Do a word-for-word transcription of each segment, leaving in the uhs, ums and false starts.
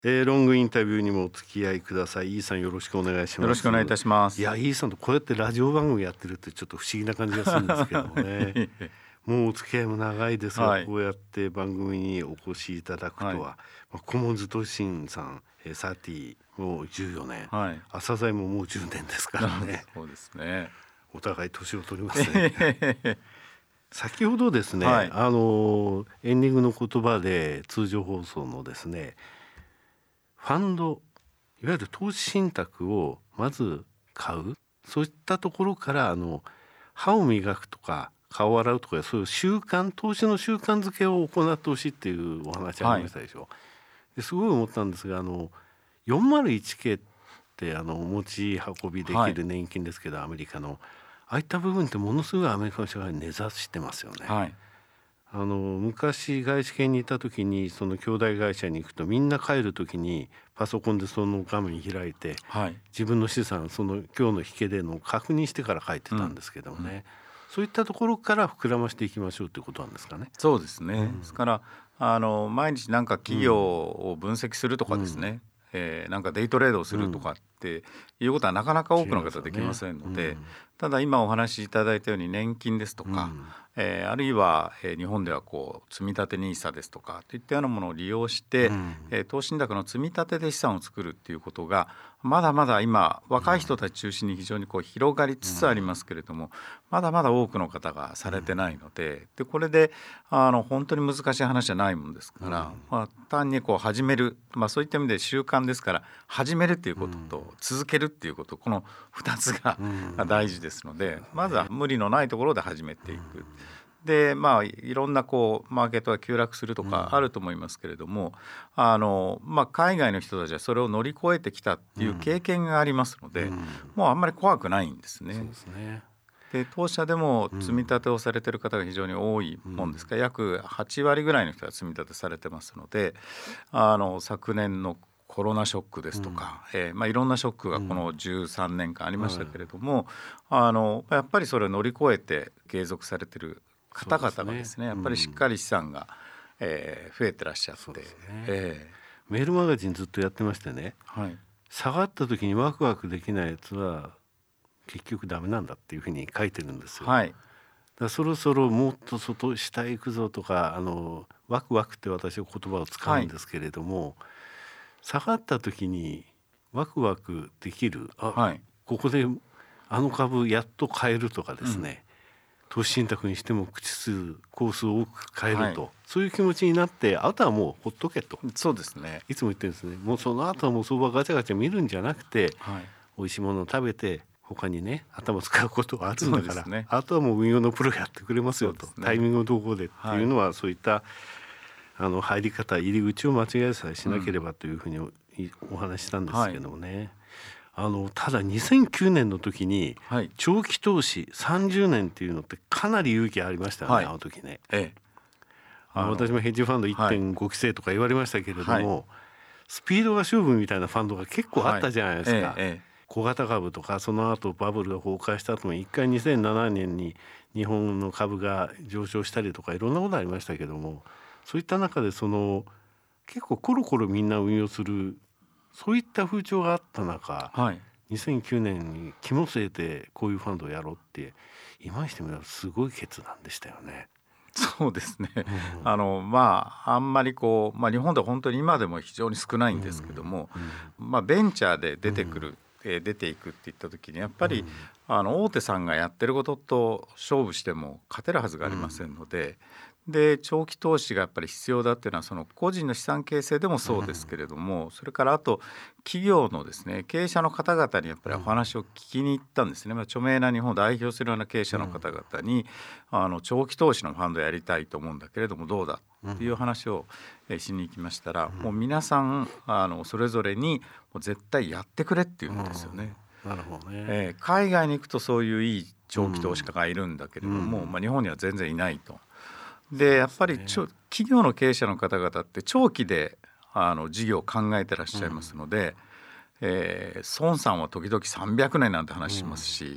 えー、ロングインタビューにもお付き合いください。イーさん、よろしくお願いします。 よろしくお願いいたします。 いや、イーさんとこうやってラジオ番組やってるってちょっと不思議な感じがするんですけどもねもうお付き合いも長いですが、はい、こうやって番組にお越しいただくとは、はい、まあ、コモンズトシンさん、えー、サーティもうじゅうよねん、はい、朝鮮ももうじゅうねんですからねそうですね、 お互い年を取りますね先ほどですね、はい、あのエンディングの言葉で通常放送のですね、ファンド、いわゆる投資信託をまず買う、そういったところからあの歯を磨くとか顔を洗うとか、そういう習慣、投資の習慣づけを行ってほしいっていうお話ありましたでしょ、はい、ですごい思ったんですが、あの よんまるいちケー ってあの持ち運びできる年金ですけど、はい、アメリカのああいった部分ってものすごいアメリカの社会に根ざしてますよね、はい、あの昔外資系にいた時にその兄弟会社に行くと、みんな帰る時にパソコンでその画面開いて、はい、自分の資産、その今日の引けでの確認してから帰ってたんですけどもね、うんうん、そういったところから膨らましていきましょうということなんですかね。 そうですね、うん、ですからあの毎日なんか企業を分析するとかですね、うんえー、なんかデイトレードをするとかっていうことはなかなか多くの方できませんので、うん、ただ今お話しいただいたように年金ですとか、うんえー、あるいは、えー、日本ではこう積立 ニーサ ですとかといったようなものを利用して、うんえー、投資信託の積み立てで資産を作るっていうことがまだまだ今若い人たち中心に非常にこう広がりつつありますけれども、うん、まだまだ多くの方がされてないので、でこれであの本当に難しい話じゃないもんですから、うんまあ、単にこう始める、まあ、そういった意味で習慣ですから、始めるっていうことと続けるっていうこと、このふたつが大事ですので、まずは無理のないところで始めていく。でまあいろんなこうマーケットが急落するとかあると思いますけれども、あの、まあ、海外の人たちはそれを乗り越えてきたっていう経験がありますので、もうあんまり怖くないんですね。 そうですね。 で当社でも積み立てをされている方が非常に多いもんですから、約はちわりぐらいの人が積み立てされてますので、あの昨年のコロナショックですとか、うんえーまあ、いろんなショックがこのじゅうさんねんかんありましたけれども、うん、あのやっぱりそれを乗り越えて継続されている方々がですね、やっぱりしっかり資産が、えー、増えてらっしゃって、ねえー、メールマガジンずっとやってましてね、はい、下がった時にワクワクできないやつは結局ダメなんだっていうふうに書いてるんですよ、はい、だからそろそろもっと外下へ行くぞとか、あのワクワクって私は言葉を使うんですけれども、はい、下がった時にワクワクできる、あ、はい、ここであの株やっと買えるとかですね、うん、投資信託にしても口数コースを多く買えると、はい、そういう気持ちになって、あとはもうほっとけと。 そうですね、 いつも言ってるんですね。もうその後はもう相場ガチャガチャ見るんじゃなくて、はい、美味しいものを食べて他にね頭使うことがあるんだから、ね、あとはもう運用のプロやってくれますよと、ね、タイミングのどこでっていうのは、はい、そういったあの入り方、入り口を間違えさえしなければというふうに お,、うん、お話ししたんですけどもね、はい、あのただにせんきゅうねんの時に長期投資さんじゅうねんっていうのってかなり勇気ありましたよね、はい、あの時ね、ええ、あの私もヘッジファンド いってんご 期生とか言われましたけれども、はい、スピードが勝負みたいなファンドが結構あったじゃないですか、はい、ええ、小型株とか、その後バブルが崩壊した後も一回にせんななねんに日本の株が上昇したりとかいろんなことありましたけども、そういった中でその結構コロコロみんな運用する、そういった風潮があった中、はい、にせんきゅうねんに肝据えてこういうファンドをやろうって今にしてみればすごい決断でしたよね。 そうですね、うん、あのまああんまりこう、まあ、日本では本当に今でも非常に少ないんですけども、うんうん、まあ、ベンチャーで出てくる、うんえー、出ていくっていった時にやっぱり、うん、あの大手さんがやってることと勝負しても勝てるはずがありませんので、うん、で長期投資がやっぱり必要だっていうのはその個人の資産形成でもそうですけれども、うん、それからあと企業のですね経営者の方々にやっぱりお話を聞きに行ったんですね、まあ、著名な日本を代表するような経営者の方々に、うん、あの長期投資のファンドやりたいと思うんだけれどもどうだっていう話をしに行きましたら、うん、もう皆さんあのそれぞれにもう絶対やってくれっていうんですよね、 うん、なるほどね、 えー、海外に行くとそういういい長期投資家がいるんだけれども、うんまあ、日本には全然いないと。でやっぱりちょ企業の経営者の方々って長期であの事業を考えてらっしゃいますので、うんえー、孫さんは時々さんびゃくねんなんて話しますし、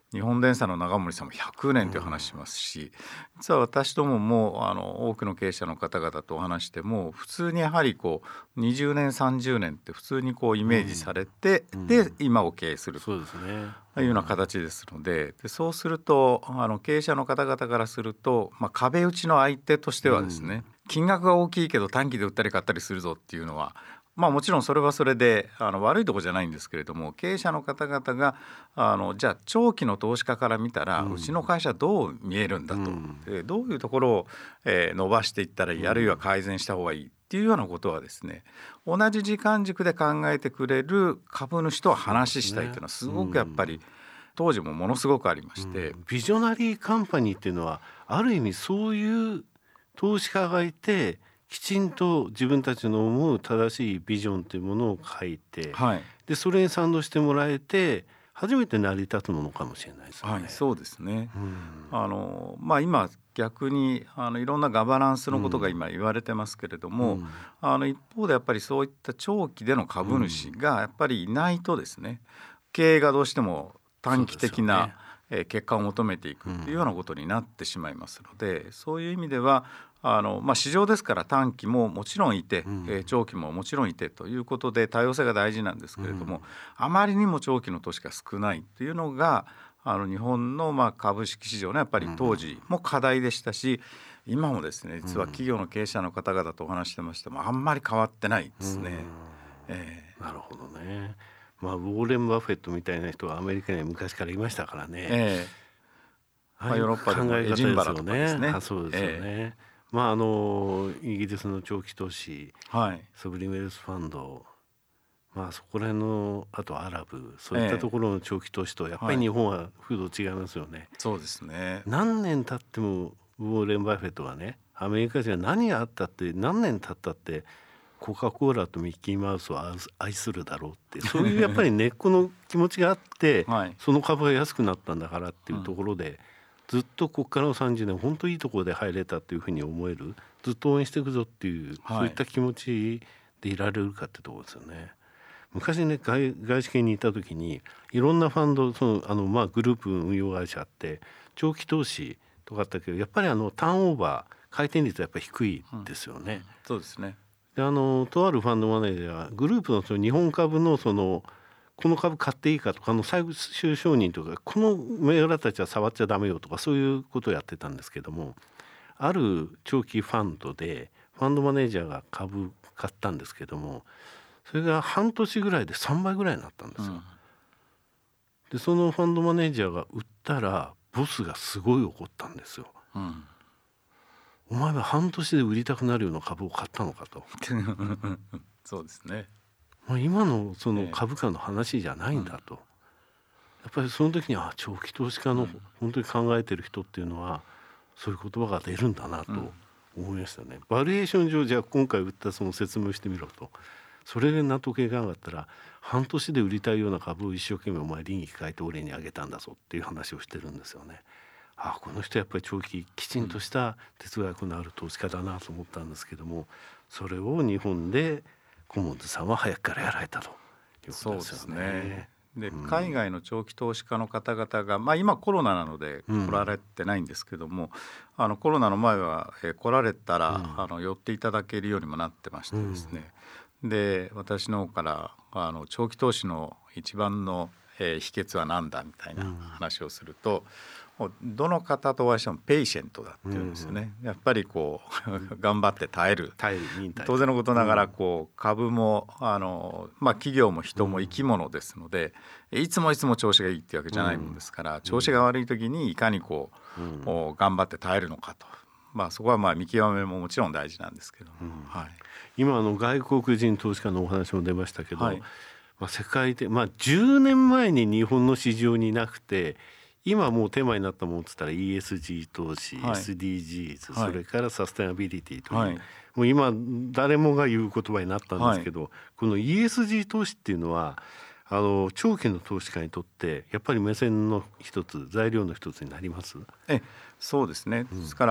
日本電産の永森さんもひゃくねんという話しますし、実は私どももあの多くの経営者の方々とお話しても普通にやはりこうにじゅうねんさんじゅうねんって普通にこうイメージされて、うん、で今を経営するというような形ですので、でそうするとあの経営者の方々からすると、まあ、壁打ちの相手としてはですね、うん、金額が大きいけど短期で売ったり買ったりするぞっていうのはまあ、もちろんそれはそれであの悪いところじゃないんですけれども、経営者の方々があのじゃあ長期の投資家から見たら、うん、うちの会社どう見えるんだと、うん、でどういうところを、えー、伸ばしていったらいい、あるいは改善した方がいいっていうようなことはですね、同じ時間軸で考えてくれる株主と話したいというのはすごくやっぱり、うん、当時もものすごくありまして、 うん、ビジョナリーカンパニーっていうのはある意味そういう投資家がいてきちんと自分たちの思う正しいビジョンというものを書いて、はい、でそれに賛同してもらえて初めて成り立つものかもしれないですね。 はい、そうですね、うん、あのまあ、今逆にあのいろんなガバナンスのことが今言われてますけれども、うん、あの一方でやっぱりそういった長期での株主がやっぱりいないとですね、経営がどうしても短期的な、えー、結果を求めていくというようなことになってしまいますので、うん、そういう意味ではあの、まあ、市場ですから短期ももちろんいて、うんえー、長期ももちろんいてということで多様性が大事なんですけれども、うん、あまりにも長期の投資が少ないというのがあの日本のまあ株式市場のやっぱり当時も課題でしたし、今もですね実は企業の経営者の方々とお話してましてもあんまり変わってないですね。 うんえー、なるほどね。まあ、ウォーレン・バフェットみたいな人はアメリカには昔からいましたからね、えーまあ、ヨーロッパでもエジンバラとかですね。あ、そうですよね、えーまあ、あのイギリスの長期投資、はい、ソブリンウェルスファンド、まあ、そこら辺のあとアラブそういったところの長期投資とやっぱり日本は風土違いますよね、はい、 そうですね。 何年経ってもウォーレン・バフェットがねアメリカ人は何があったって何年経ったってコカ・コーラとミッキーマウスを愛するだろうってそういうやっぱり根っこの気持ちがあって、はい、その株が安くなったんだからっていうところで、うんずっとここからのさんじゅうねん本当いいところで入れたっていうふうに思える、ずっと応援していくぞっていう、はい、そういった気持ちでいられるかってところですよね。昔ね 外, 外資系にいた時にいろんなファンドそのあの、まあ、グループ運用会社って長期投資とかあったけどやっぱりあのターンオーバー回転率はやっぱり低いですよね、うん、 そうですね。 であのとあるファンドマネージャーグループのその日本株のそのこの株買っていいかとかの最終承認とかこの銘柄たちは触っちゃダメよとかそういうことをやってたんですけども、ある長期ファンドでファンドマネージャーが株買ったんですけどもそれが半年ぐらいでさんばいぐらいになったんですよ、うん、でそのファンドマネージャーが売ったらボスがすごい怒ったんですよ、うん、お前は半年で売りたくなるような株を買ったのかとそうですね。 まあ、今のその株価の話じゃないんだと、ええ、やっぱりその時にあ長期投資家の本当に考えてる人っていうのはそういう言葉が出るんだなと思いましたね、うん、バリエーション上じゃあ今回売ったその説明をしてみろと、それで納得いかなかったら半年で売りたいような株を一生懸命お前倫理変えて俺にあげたんだぞっていう話をしてるんですよね。あこの人やっぱり長期きちんとした哲学のある投資家だなと思ったんですけども、それを日本でコモンズさんは早くからやられたということですよね。そうですね。 で、うん、海外の長期投資家の方々が、まあ、今コロナなので来られてないんですけども、うん、あのコロナの前は、えー、来られたら、うん、あの寄っていただけるようにもなってましてですね、うん、で私の方からあの長期投資の一番の、えー、秘訣は何だみたいな話をすると、うんどの方とお会いしてもペイシェントだっていうんですよね、うん、やっぱりこう頑張って耐える耐える忍耐当然のことながらこう株もあの、まあ、企業も人も生き物ですので、うん、いつもいつも調子がいいっていうわけじゃないもんですから、うん、調子が悪い時にいかにこう、うん、頑張って耐えるのかと、まあ、そこはまあ見極めももちろん大事なんですけど、うんはい、 今あの外国人投資家のお話も出ましたけど、はいまあ、世界で、まあ、じゅうねんまえに日本の市場になくて今もうテーマになったものって言ったら イーエスジー 投資、はい、エスディージーズ、はい、それからサステナビリティという、はい、もう今誰もが言う言葉になったんですけど、はい、この イーエスジー 投資っていうのはあの長期の投資家にとってやっぱり目線の一つ材料の一つになります。 えそうですね、ですから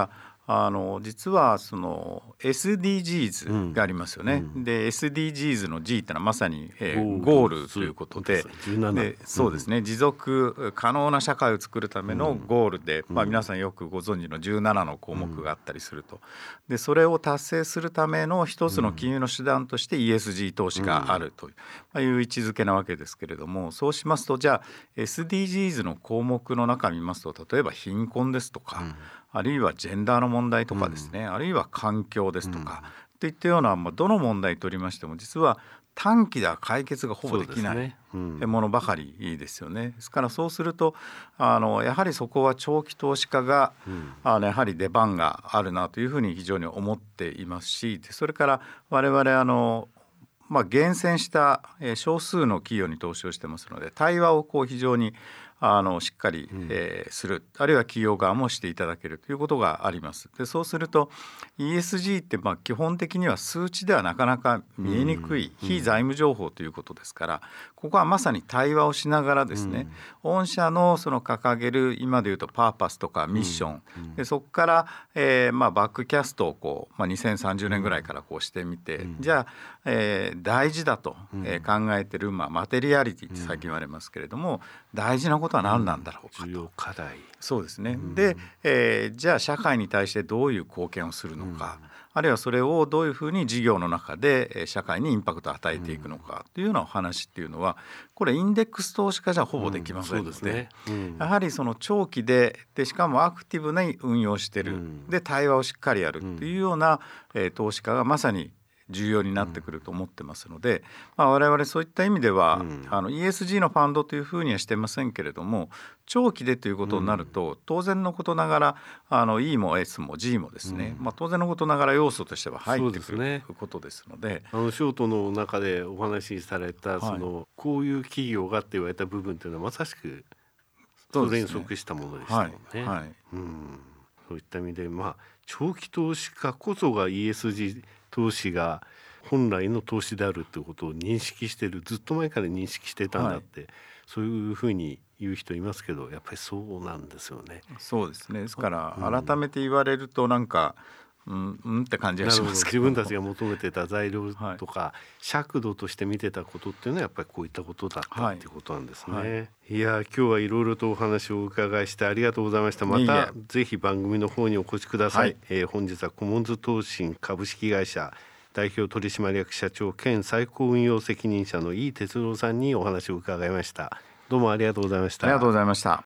あの実はその エスディージーズ がありますよね、うん、で エスディージーズ の G ってのはまさに、えー、ゴールということで、でそうですね、持続可能な社会を作るためのゴールで、うん、まあ、皆さんよくご存知のじゅうななの項目があったりすると、でそれを達成するための一つの金融の手段として イーエスジー 投資があるという、まあ、いう位置づけなわけですけれども、そうしますとじゃあ エスディージーズ の項目の中見ますと、例えば貧困ですとか、うん、あるいはジェンダーの問題とかですね、うん、あるいは環境ですとか、うん、といったような、まあ、どの問題とりましても実は短期では解決がほぼできないものばかりですよね。ですからそうするとあのやはりそこは長期投資家が、うん、あのやはり出番があるなというふうに非常に思っていますし、それから我々あのまあ、厳選した少数の企業に投資をしてますので、対話をこう非常にあのしっかり、うんえー、する、あるいは企業側もしていただけるということがあります。でそうすると イーエスジー ってまあ基本的には数値ではなかなか見えにくい非財務情報ということですから、ここはまさに対話をしながらですね、うん、御社のその掲げる今でいうとパーパスとかミッション、うん、でそこから、えーまあ、バックキャストをこう、まあ、にせんさんじゅうねんぐらいからこうしてみて、うん、じゃあ、えー、大事だと、えー、考えてる、まあ、マテリアリティって最近言われますけれども、大事なことは何なんだろうかと、 重要課題、 そうですね、うん、で、えー、じゃあ社会に対してどういう貢献をするのか、うん、あるいはそれをどういうふうに事業の中で社会にインパクトを与えていくのかというようなお話っていうのは、これインデックス投資家じゃほぼできませんので、うん、そうですね、うん、やはりその長期で、でしかもアクティブに運用してる、うん、で対話をしっかりやるっていうような、えー、投資家がまさに重要になってくると思ってますので、まあ、我々そういった意味では、うん、あの イーエスジー のファンドというふうにはしてませんけれども、長期でということになると、うん、当然のことながらあの E も S も G もですね、うん、まあ、当然のことながら要素としては入ってくる、ね、ということですので、 あのショートの中でお話しされた、その、はい、こういう企業がって言われた部分というのはまさしくそれに即したものでしたもんね。はいはい、うん、そういった意味で、まあ、長期投資家こそが イーエスジー 投資が本来の投資であるということを認識している、ずっと前から認識してたんだって、はい、そういうふうに言う人いますけど、やっぱりそうなんですよね。 そうですね。ですから改めて言われるとなんか、うん、うんって感じがしますけど、 自分たちが求めてた材料とか、はい、尺度として見てたことっていうのはやっぱりこういったことだったっていうことなんですね。はいはい、いや今日はいろいろとお話をお伺いしてありがとうございました。またぜひ番組の方にお越しください。はい、えー、本日はコモンズ投信株式会社代表取締役社長兼最高運用責任者の井哲郎さんにお話を伺いました。どうもありがとうございました。 ありがとうございました。